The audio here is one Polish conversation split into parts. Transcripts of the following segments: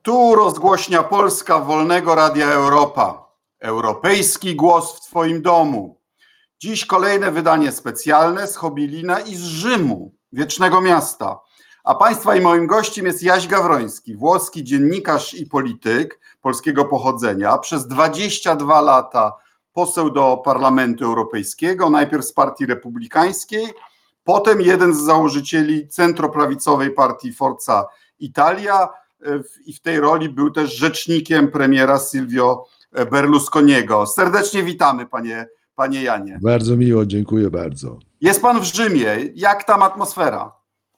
Tu rozgłośnia Polska Wolnego Radia Europa. Europejski głos w Twoim domu. Dziś kolejne wydanie specjalne z Chobilina i z Rzymu, wiecznego miasta. A Państwa i moim gościem jest Jaś Gawroński, włoski dziennikarz i polityk polskiego pochodzenia. Przez 22 lata poseł do Parlamentu Europejskiego, najpierw z Partii Republikańskiej, potem jeden z założycieli centroprawicowej partii Forza Italia i w tej roli był też rzecznikiem premiera Silvio Berlusconiego. Serdecznie witamy, panie Janie. Bardzo miło, dziękuję bardzo. Jest pan w Rzymie. Jak tam atmosfera?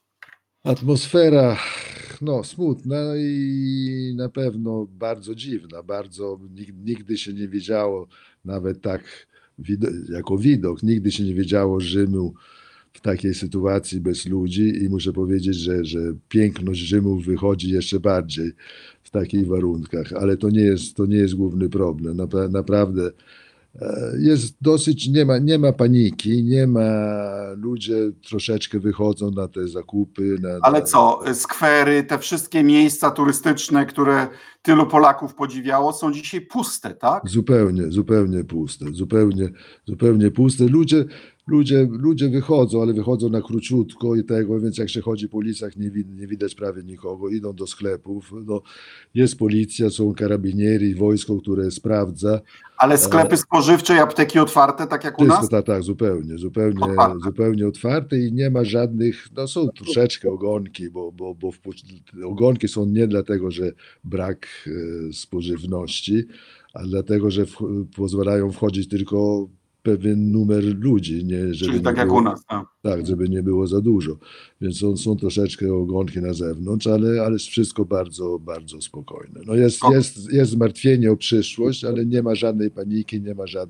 Atmosfera, smutna i na pewno bardzo dziwna. Nigdy się nie wiedziało, nawet tak jako widok, nigdy się nie wiedziało Rzymu w takiej sytuacji bez ludzi i muszę powiedzieć, że piękność Rzymu wychodzi jeszcze bardziej w takich warunkach, ale to nie jest główny problem. Naprawdę jest dosyć, nie ma paniki, ludzie troszeczkę wychodzą na te zakupy. Ale co, skwery, te wszystkie miejsca turystyczne, które tylu Polaków podziwiało, są dzisiaj puste, tak? Zupełnie puste, zupełnie puste. Ludzie wychodzą, ale wychodzą na króciutko i tego, więc jak się chodzi po ulicach, nie widać prawie nikogo, idą do sklepów. Jest policja, są karabinieri, wojsko, które sprawdza. Ale sklepy spożywcze i apteki otwarte, tak jak u nas? Tak, zupełnie otwarte i nie ma żadnych, są troszeczkę ogonki, bo ogonki są nie dlatego, że brak spożywności, ale dlatego, że pozwalają wchodzić tylko pewien numer ludzi. Czyli tak jak u nas. Tak, żeby nie było za dużo. Więc są troszeczkę ogonki na zewnątrz, ale wszystko bardzo, bardzo spokojne. Jest zmartwienie o przyszłość, ale nie ma żadnej paniki,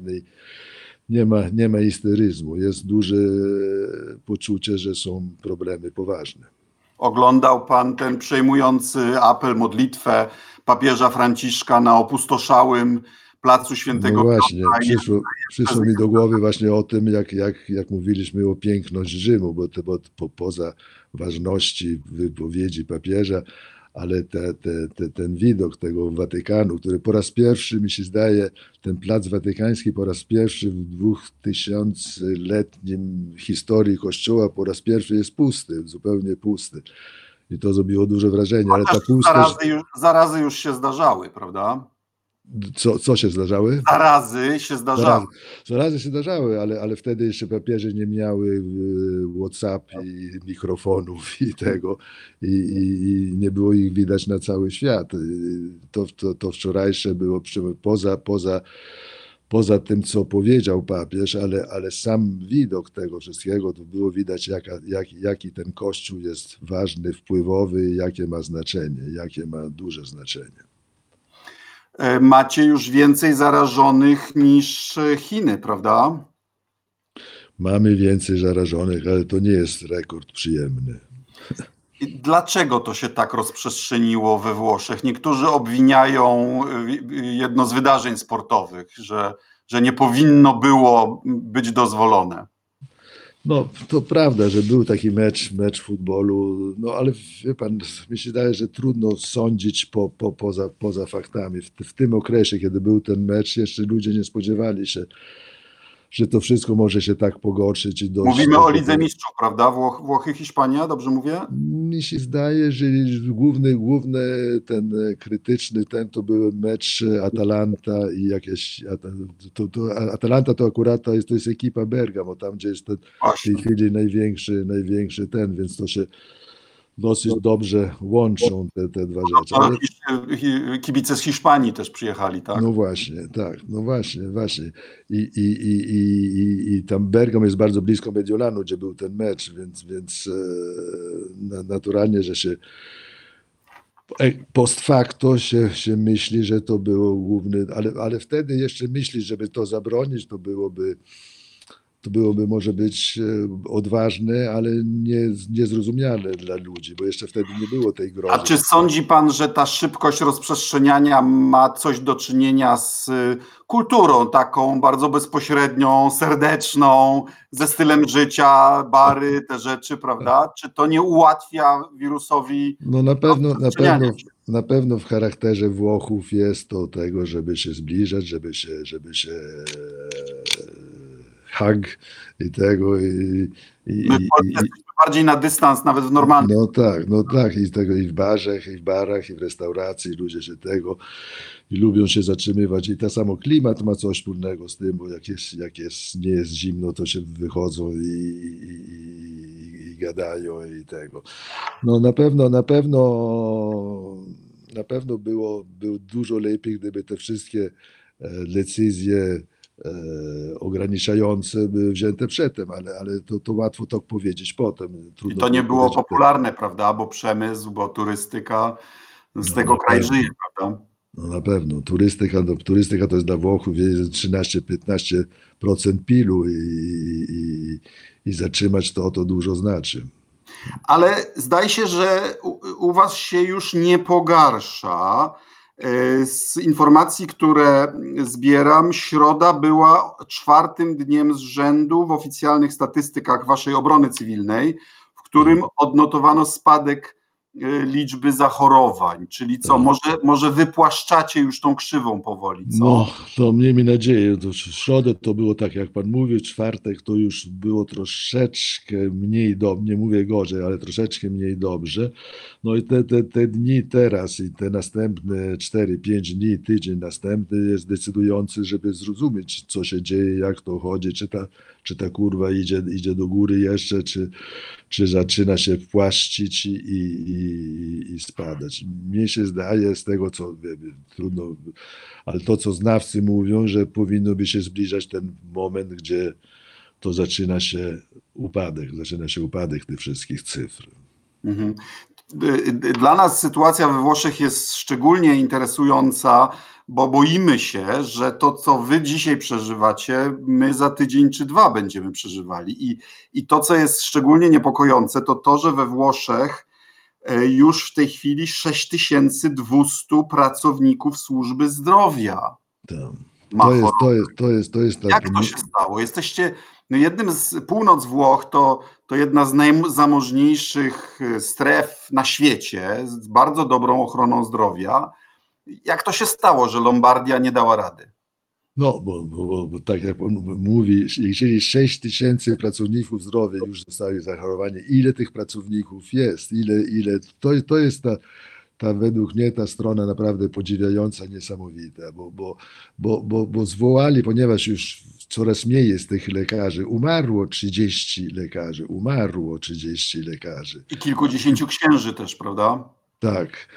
nie ma histeryzmu. Jest duże poczucie, że są problemy poważne. Oglądał pan ten przejmujący apel, modlitwę papieża Franciszka na opustoszałym Placu Świętego Piotra? Właśnie, przyszło mi do głowy właśnie o tym, jak mówiliśmy o piękności Rzymu, bo poza ważności wypowiedzi papieża, ale ten widok tego Watykanu, który po raz pierwszy, mi się zdaje, ten Plac Watykański po raz pierwszy w 2000-letnim historii Kościoła po raz pierwszy jest pusty, zupełnie pusty. I to zrobiło duże wrażenie. Ale ta pustość... Zarazy już się zdarzały, prawda? Co się zdarzały? Zarazy się zdarzały. Zarazy się zdarzały, ale wtedy jeszcze papieże nie miały WhatsApp i mikrofonów i tego i nie było ich widać na cały świat. To wczorajsze było poza tym, co powiedział papież, ale sam widok tego wszystkiego, to było widać, jaki ten Kościół jest ważny, wpływowy, jakie ma znaczenie, jakie ma duże znaczenie. Macie już więcej zarażonych niż Chiny, prawda? Mamy więcej zarażonych, ale to nie jest rekord przyjemny. I dlaczego to się tak rozprzestrzeniło we Włoszech? Niektórzy obwiniają jedno z wydarzeń sportowych, że nie powinno było być dozwolone. To prawda, że był taki mecz futbolu, ale wie pan, mi się wydaje, że trudno sądzić poza faktami. W tym okresie, kiedy był ten mecz, jeszcze ludzie nie spodziewali się, że to wszystko może się tak pogorszyć. Mówimy o Lidze Mistrzów, prawda? Włochy, Hiszpania, dobrze mówię? Mi się zdaje, że główny ten krytyczny to był mecz Atalanta i jakieś... Atalanta to akurat to jest ekipa Bergamo, tam gdzie jest w tej chwili największy więc to się dosyć dobrze łączą te dwa rzeczy. Ale... Kibice z Hiszpanii też przyjechali, tak? No właśnie. I tam Bergamo jest bardzo blisko Mediolanu, gdzie był ten mecz, więc naturalnie, że się post facto się myśli, że to było główny, ale wtedy jeszcze myśli, żeby to zabronić, to byłoby może być odważne, ale niezrozumiale dla ludzi, bo jeszcze wtedy nie było tej grozy. A czy sądzi pan, że ta szybkość rozprzestrzeniania ma coś do czynienia z kulturą taką bardzo bezpośrednią, serdeczną, ze stylem życia, bary, te rzeczy, prawda? Czy to nie ułatwia wirusowi? Na pewno na pewno w charakterze Włochów jest to tego, żeby się zbliżać, żeby się hug i tego My w Polsce i jesteśmy bardziej na dystans, nawet w normalnych. no tak, i tego i w barzach, i w barach, i w restauracji ludzie się tego i lubią się zatrzymywać. I tak samo klimat ma coś wspólnego z tym, bo nie jest zimno, to się wychodzą i gadają i tego. No na pewno było dużo lepiej, gdyby te wszystkie decyzje ograniczające były wzięte przedtem, ale to łatwo tak powiedzieć potem. I Trudno to nie było powiedzieć. popularne, prawda? Bo przemysł, bo turystyka, z No, tego na kraj pewno. żyje, prawda? No na pewno. Turystyka to jest dla Włochów 13-15% PIL-u i zatrzymać to dużo znaczy. Ale zdaje się, że u was się już nie pogarsza. Z informacji, które zbieram, środa była 4. dniem z rzędu w oficjalnych statystykach waszej obrony cywilnej, w którym odnotowano spadek liczby zachorowań. Czyli co, może wypłaszczacie już tą krzywą powoli, co? No, to miejmy nadzieję. To w środę to było tak, jak pan mówi, w czwartek to już było troszeczkę mniej dobrze, nie mówię gorzej, ale troszeczkę mniej dobrze. No i te dni teraz i te następne 4-5 dni, tydzień następny jest decydujący, żeby zrozumieć, co się dzieje, jak to chodzi, czy ta kurwa idzie do góry jeszcze, czy zaczyna się płaszczyć i spadać. Mnie się zdaje z tego, co trudno, ale to, co znawcy mówią, że powinno by się zbliżać ten moment, gdzie to zaczyna się upadek tych wszystkich cyfr. Mhm. Dla nas sytuacja we Włoszech jest szczególnie interesująca, bo boimy się, że to, co wy dzisiaj przeżywacie, my za tydzień czy 2 będziemy przeżywali. I to, co jest szczególnie niepokojące, to to, że we Włoszech już w tej chwili 6200 pracowników służby zdrowia Tak. ma chorobę. To jest tak. Jak to się stało? Jesteście jednym z północ Włoch, to jedna z najzamożniejszych stref na świecie, z bardzo dobrą ochroną zdrowia. Jak to się stało, że Lombardia nie dała rady? No, bo tak jak on mówi, jeżeli 6000 pracowników zdrowia już zostali zachorowani, ile tych pracowników jest, to jest ta według mnie ta strona naprawdę podziwiająca, niesamowita, bo zwołali, ponieważ już coraz mniej jest tych lekarzy, umarło 30 lekarzy. I kilkudziesięciu księży też, prawda? Tak.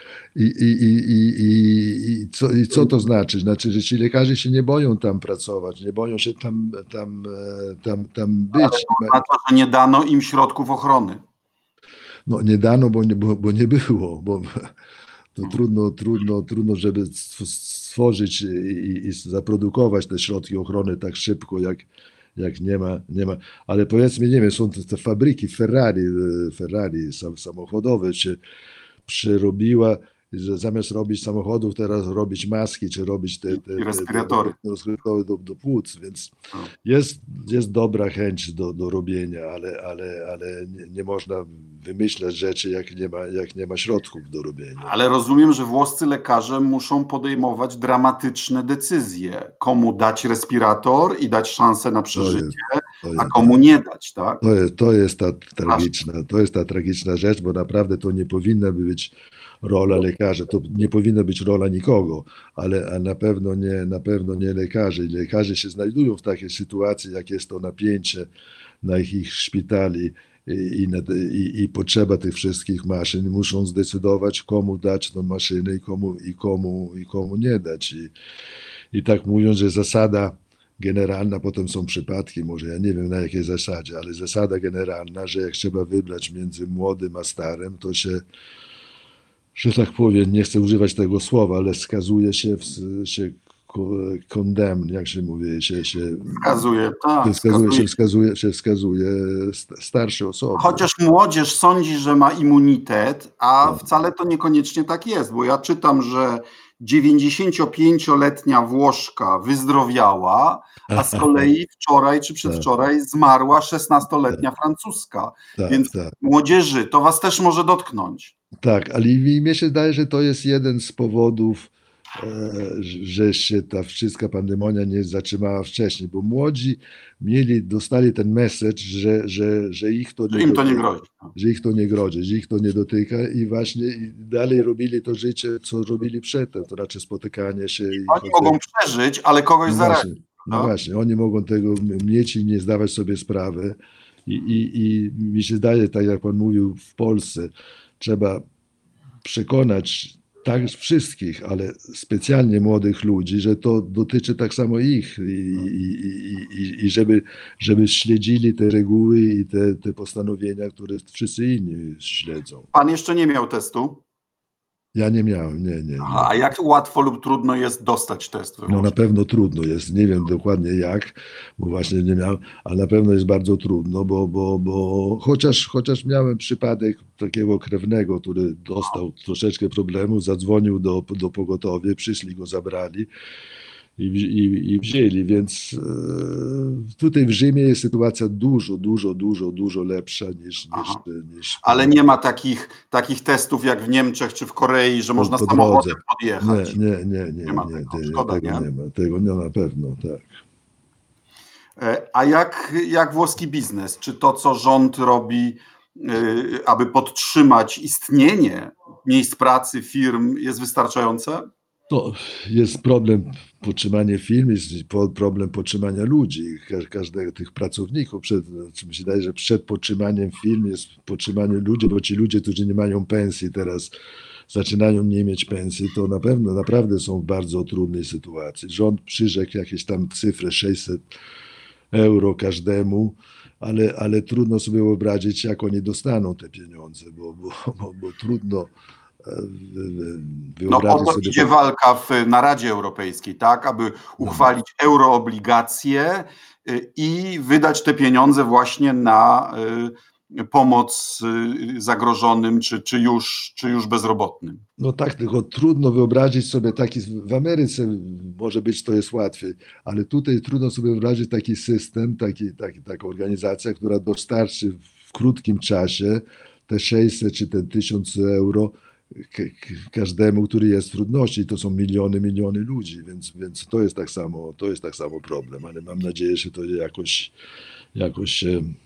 Co to znaczy? Znaczy, że ci lekarze się nie boją tam pracować, nie boją się tam być. Ale to, że nie dano im środków ochrony. No nie dano, bo nie było, bo to trudno, żeby stworzyć i zaprodukować te środki ochrony tak szybko, jak nie ma. Ale powiedzmy, nie wiem, są te fabryki Ferrari samochodowe się przerobiła, że zamiast robić samochodów, teraz robić maski, czy robić te respiratory do płuc, więc jest dobra chęć do robienia, ale nie można wymyślać rzeczy, jak nie ma środków do robienia. Ale rozumiem, że włoscy lekarze muszą podejmować dramatyczne decyzje. Komu dać respirator i dać szansę na przeżycie, a komu nie dać, tak? To jest ta tragiczna rzecz, bo naprawdę to nie powinna być rola lekarza, to nie powinna być rola nikogo, a na pewno nie lekarzy. Lekarze się znajdują w takiej sytuacji, jak jest to napięcie na ich szpitali i potrzeba tych wszystkich maszyn. Muszą zdecydować, komu dać tą maszynę i komu nie dać. I tak mówią, że zasada generalna, potem są przypadki, może ja nie wiem na jakiej zasadzie, ale zasada generalna, że jak trzeba wybrać między młodym a starym, to się, że tak powiem, nie chcę używać tego słowa, ale skazuje się condemn, jak się mówi, Wskazuje, tak. Wskazuje starsze osoby. Chociaż młodzież sądzi, że ma immunitet, a wcale to niekoniecznie tak jest, bo ja czytam, że 95-letnia Włoszka wyzdrowiała, a z kolei wczoraj czy przedwczoraj zmarła 16-letnia Francuska. Więc młodzieży, to was też może dotknąć. Tak, ale i mnie się zdaje, że to jest jeden z powodów, że się ta wszystka pandemonia nie zatrzymała wcześniej, bo młodzi dostali ten message, że ich to Że nie im to nie dotyka, grozi. że ich to nie grozi, że ich to nie dotyka i właśnie i dalej robili to życie, co robili przedtem, to znaczy spotykanie się i Oni chodzenie. mogą przeżyć, ale kogoś No zarazić. właśnie, no Prawda? właśnie, oni mogą tego mieć i nie zdawać sobie sprawy. I mi się zdaje, tak jak pan mówił, w Polsce trzeba przekonać tak wszystkich, ale specjalnie młodych ludzi, że to dotyczy tak samo ich i żeby śledzili te reguły i te postanowienia, które wszyscy inni śledzą. Pan jeszcze nie miał testu? Ja nie miałem, nie. Aha, a jak łatwo lub trudno jest dostać test we No na Włoszech? pewno trudno jest, nie wiem dokładnie jak, bo właśnie nie miałem, ale na pewno jest bardzo trudno, bo chociaż miałem przypadek takiego krewnego, który dostał troszeczkę problemu, zadzwonił do pogotowia, przyszli go zabrali i wzięli, więc tutaj w Rzymie jest sytuacja dużo lepsza Aha. niż Ale nie ma takich testów jak w Niemczech czy w Korei, że można po drodze. samochodem podjechać. Nie ma tego. Szkoda, Tego nie? nie ma, tego nie na pewno, tak. A jak włoski biznes? Czy to, co rząd robi, aby podtrzymać istnienie miejsc pracy, firm, jest wystarczające? To jest problem podtrzymania firm, jest problem podtrzymania ludzi, każdego tych pracowników. Mi się wydaje, że przed podtrzymaniem firm jest podtrzymanie ludzi, bo ci ludzie, którzy nie mają pensji teraz, zaczynają nie mieć pensji, to na pewno naprawdę są w bardzo trudnej sytuacji. Rząd przyrzekł jakieś tam cyfrę 600 euro każdemu, ale trudno sobie wyobrazić, jak oni dostaną te pieniądze, bo trudno No o wyobrazić to sobie idzie tak. walka na Radzie Europejskiej, tak, aby No, uchwalić euroobligacje i wydać te pieniądze właśnie na pomoc zagrożonym czy już bezrobotnym. no tak, tylko trudno wyobrazić sobie taki, w Ameryce może być to jest łatwiej, ale tutaj trudno sobie wyobrazić taki system, taką organizację, która dostarczy w krótkim czasie te 600 czy ten 1000 euro każdemu, który jest w trudności. I to są miliony ludzi, więc to jest tak samo problem, ale mam nadzieję, że to jakoś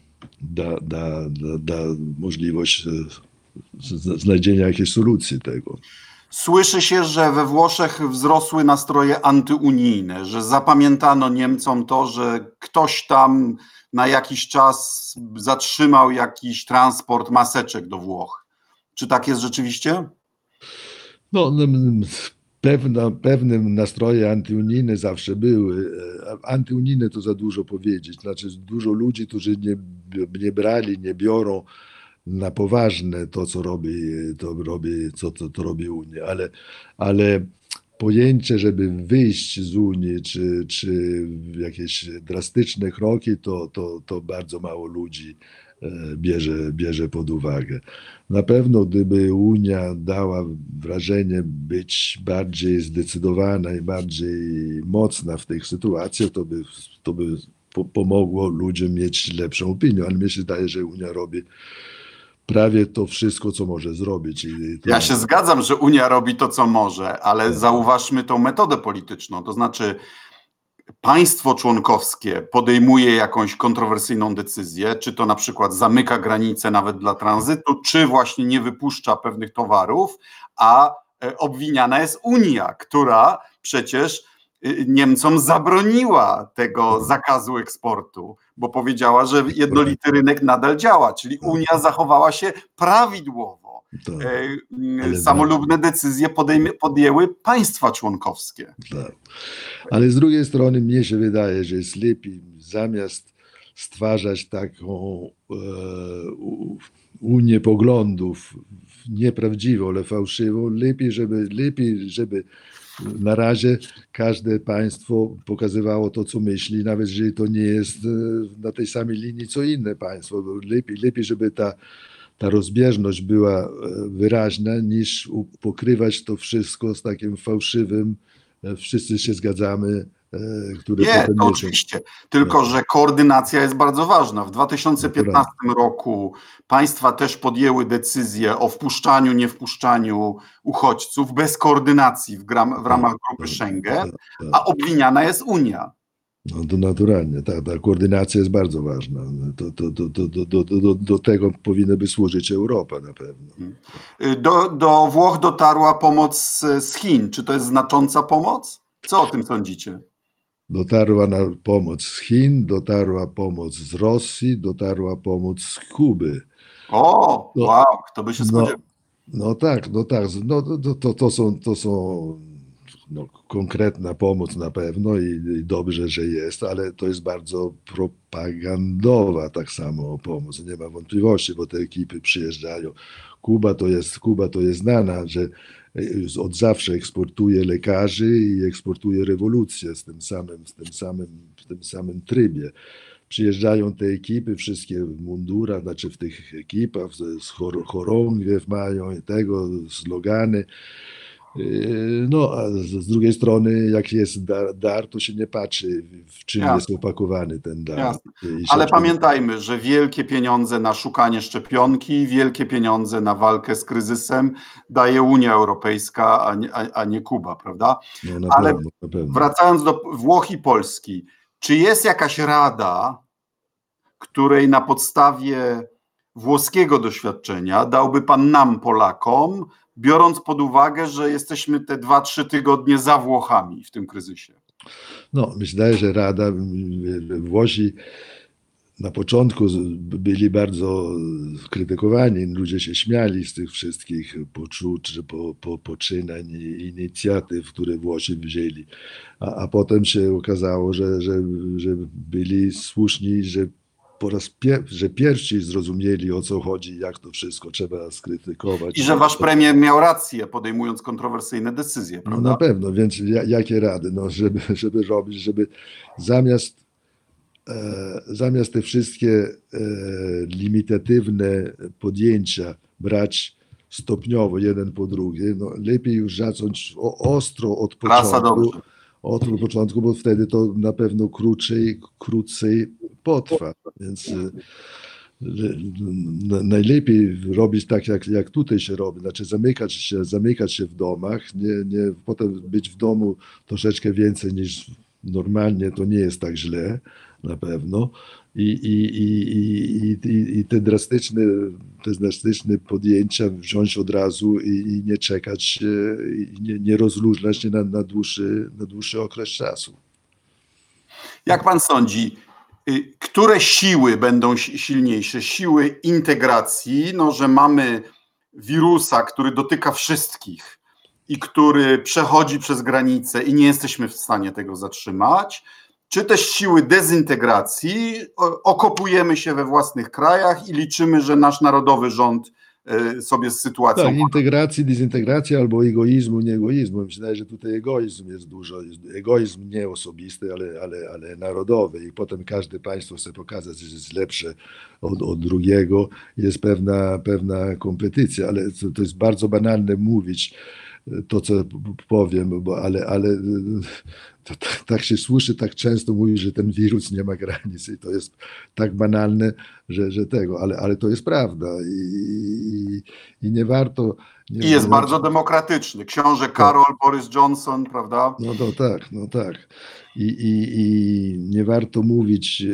da możliwość znalezienia jakiejś solucji tego. Słyszy się, że we Włoszech wzrosły nastroje antyunijne, że zapamiętano Niemcom to, że ktoś tam na jakiś czas zatrzymał jakiś transport maseczek do Włoch. Czy tak jest rzeczywiście? No, pewne nastroje antyunijne zawsze były. Antyunijne to za dużo powiedzieć. Znaczy dużo ludzi, którzy nie brali, nie biorą na poważne to, co robi Unia, ale pojęcie, żeby wyjść z Unii, czy jakieś drastyczne kroki, to bardzo mało ludzi bierze pod uwagę. Na pewno, gdyby Unia dała wrażenie być bardziej zdecydowana i bardziej mocna w tych sytuacjach, to by pomogło ludziom mieć lepszą opinię, ale mi się wydaje, że Unia robi prawie to wszystko, co może zrobić. Ja się zgadzam, że Unia robi to, co może, ale zauważmy tą metodę polityczną. To znaczy, państwo członkowskie podejmuje jakąś kontrowersyjną decyzję, czy to na przykład zamyka granice nawet dla tranzytu, czy właśnie nie wypuszcza pewnych towarów, a obwiniana jest Unia, która przecież Niemcom zabroniła tego zakazu eksportu, bo powiedziała, że jednolity rynek nadal działa, czyli Unia zachowała się prawidłowo. Samolubne decyzje podjęły państwa członkowskie. Tak. Ale z drugiej strony mnie się wydaje, że jest lepiej zamiast stwarzać taką unię poglądów nieprawdziwą, ale fałszywą, lepiej, żeby na razie każde państwo pokazywało to, co myśli, nawet jeżeli to nie jest na tej samej linii, co inne państwo. Lepiej żeby ta rozbieżność była wyraźna, niż pokrywać to wszystko z takim fałszywym, wszyscy się zgadzamy, które Nie, potem to nie są. oczywiście, tylko że koordynacja jest bardzo ważna. W 2015 Naturalnie. roku państwa też podjęły decyzję o wpuszczaniu, nie wpuszczaniu uchodźców bez koordynacji w Tak, ramach grupy tak, Schengen, tak, tak. a obwiniana jest Unia. No to naturalnie, ta koordynacja jest bardzo ważna. Do tego powinna by służyć Europa na pewno. Do Włoch dotarła pomoc z Chin. Czy to jest znacząca pomoc? Co o tym sądzicie? Dotarła na pomoc z Chin, dotarła pomoc z Rosji, dotarła pomoc z Kuby. O, No, wow, kto by się no, spodziewał? no tak, no tak. No, to są konkretna pomoc na pewno i dobrze, że jest, ale to jest bardzo propagandowa tak samo pomoc. Nie ma wątpliwości, bo te ekipy przyjeżdżają. Kuba to jest znana, że od zawsze eksportuje lekarzy i eksportuje rewolucję w tym samym trybie. Przyjeżdżają te ekipy, wszystkie w mundurach, znaczy w tych ekipach, chorągiew mają i tego, slogany. No, a z drugiej strony, jak jest dar, to się nie patrzy, w czym jest Jasne, opakowany ten dar. jasne. I się Ale czuje. pamiętajmy, że wielkie pieniądze na szukanie szczepionki, wielkie pieniądze na walkę z kryzysem daje Unia Europejska, a nie Kuba, prawda? No na Ale pewno, na pewno. wracając do Włoch i Polski, czy jest jakaś rada, której na podstawie włoskiego doświadczenia dałby pan nam, Polakom, biorąc pod uwagę, że jesteśmy te 2-3 tygodnie za Włochami w tym kryzysie? No, myślę, że Rada, Włosi na początku byli bardzo krytykowani, ludzie się śmiali z tych wszystkich poczuć, poczynań i inicjatyw, które Włosi wzięli, a potem się okazało, że byli słuszni, że że pierwsi zrozumieli, o co chodzi, jak to wszystko trzeba skrytykować. I że wasz premier miał rację, podejmując kontrowersyjne decyzje, No prawda? na pewno, więc jakie rady, no, żeby robić, żeby zamiast te wszystkie limitatywne podjęcia brać stopniowo, jeden po drugie, no, lepiej już zacząć ostro od Trasa początku, dobrze. bo wtedy to na pewno krócej potrwa. Więc najlepiej robić tak, jak tutaj się robi, znaczy zamykać się w domach, potem być w domu troszeczkę więcej niż normalnie, to nie jest tak źle, na pewno. I te drastyczne podjęcia wziąć od razu i nie czekać, nie rozluźniać się na dłuższy okres czasu. Jak pan sądzi, które siły będą silniejsze? Siły integracji, no, że mamy wirusa, który dotyka wszystkich i który przechodzi przez granice i nie jesteśmy w stanie tego zatrzymać, czy też siły dezintegracji, okopujemy się we własnych krajach i liczymy, że nasz narodowy rząd sobie z sytuacją... Tak, integracji, dezintegracji albo egoizmu, nie egoizmu. Myślę, że tutaj egoizm jest dużo. Egoizm nie osobisty, ale narodowy i potem każde państwo chce pokazać, że jest lepsze od drugiego. Jest pewna kompetycja, ale to jest bardzo banalne mówić to, co powiem, ale to tak się słyszy, tak często mówi, że ten wirus nie ma granic i to jest tak banalne, że tego, ale to jest prawda i nie warto... I jest bardzo demokratyczny. Książę Karol, Boris Johnson, prawda? No tak. I nie warto mówić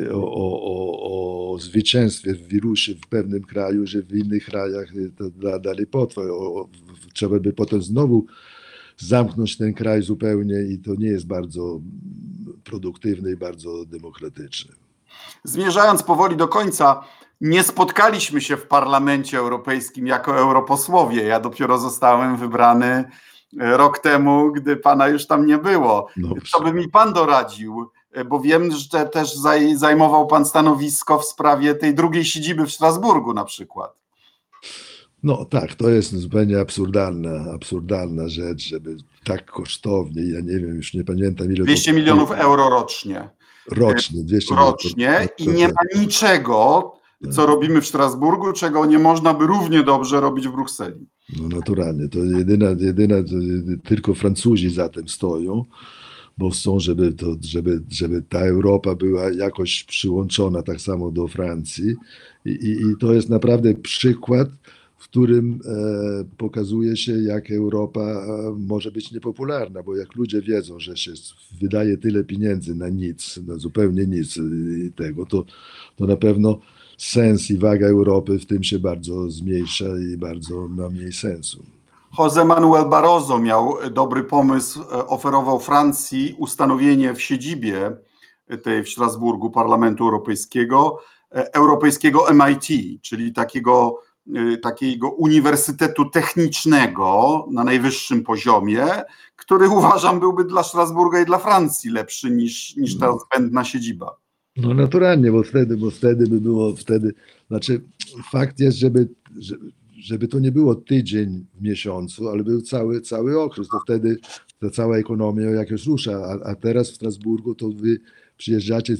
o zwycięstwie w wirusie w pewnym kraju, że w innych krajach to dalej potrwa. Trzeba by potem znowu zamknąć ten kraj zupełnie i to nie jest bardzo produktywne i bardzo demokratyczne. Zmierzając powoli do końca, nie spotkaliśmy się w Parlamencie Europejskim jako europosłowie. Ja dopiero zostałem wybrany rok temu, gdy pana już tam nie było. Co by mi pan doradził? Bo wiem, że też zajmował pan stanowisko w sprawie tej drugiej siedziby w Strasburgu na przykład. No tak, to jest zupełnie absurdalna rzecz, żeby tak kosztownie, ja nie wiem, już nie pamiętam ile 200 milionów euro rocznie. Rocznie, 200 rocznie i nie ma niczego, co robimy w Strasburgu, czego nie można by równie dobrze robić w Brukseli. No naturalnie, to jedyna tylko Francuzi za tym stoją, bo chcą, żeby ta Europa była jakoś przyłączona tak samo do Francji. I to jest naprawdę przykład, w którym pokazuje się, jak Europa może być niepopularna, bo jak ludzie wiedzą, że się wydaje tyle pieniędzy na nic, na zupełnie nic tego, to na pewno sens i waga Europy w tym się bardzo zmniejsza i bardzo ma mniej sensu. José Manuel Barroso miał dobry pomysł, oferował Francji ustanowienie w siedzibie tej w Strasburgu Parlamentu Europejskiego MIT, czyli takiego uniwersytetu technicznego na najwyższym poziomie, który uważam byłby dla Strasburga i dla Francji lepszy niż ta zbędna siedziba. No naturalnie, bo wtedy by było, znaczy fakt jest, żeby to nie było tydzień w miesiącu, ale był cały okres, to wtedy ta cała ekonomia jakoś rusza, a teraz w Strasburgu to wy przyjeżdżacie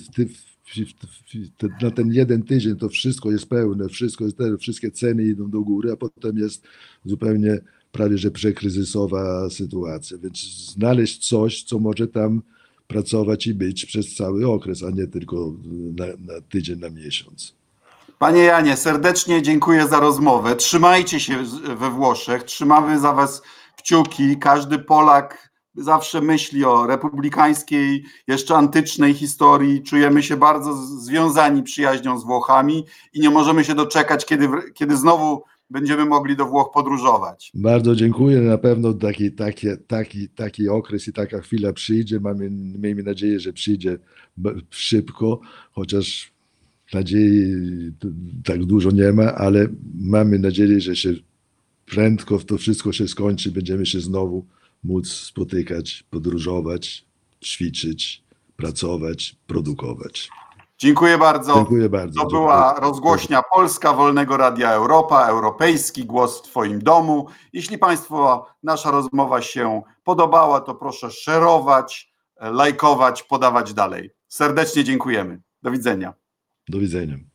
na ten jeden tydzień, to wszystko jest pełne, wszystkie ceny idą do góry, a potem jest zupełnie prawie że przekryzysowa sytuacja, więc znaleźć coś, co może tam pracować i być przez cały okres, a nie tylko na tydzień, na miesiąc. Panie Janie, serdecznie dziękuję za rozmowę. Trzymajcie się we Włoszech, trzymamy za was kciuki. Każdy Polak zawsze myśli o republikańskiej, jeszcze antycznej historii. Czujemy się bardzo związani przyjaźnią z Włochami i nie możemy się doczekać, kiedy znowu będziemy mogli do Włoch podróżować. Bardzo dziękuję. Na pewno taki okres i taka chwila przyjdzie. Miejmy nadzieję, że przyjdzie szybko, chociaż nadziei tak dużo nie ma, ale mamy nadzieję, że się prędko to wszystko się skończy. Będziemy się znowu móc spotykać, podróżować, ćwiczyć, pracować, produkować. Dziękuję bardzo. Dziękuję bardzo. To była rozgłośnia Polska Wolnego Radia Europa, europejski głos w Twoim domu. Jeśli Państwu nasza rozmowa się podobała, to proszę szerować, lajkować, podawać dalej. Serdecznie dziękujemy. Do widzenia. Do widzenia.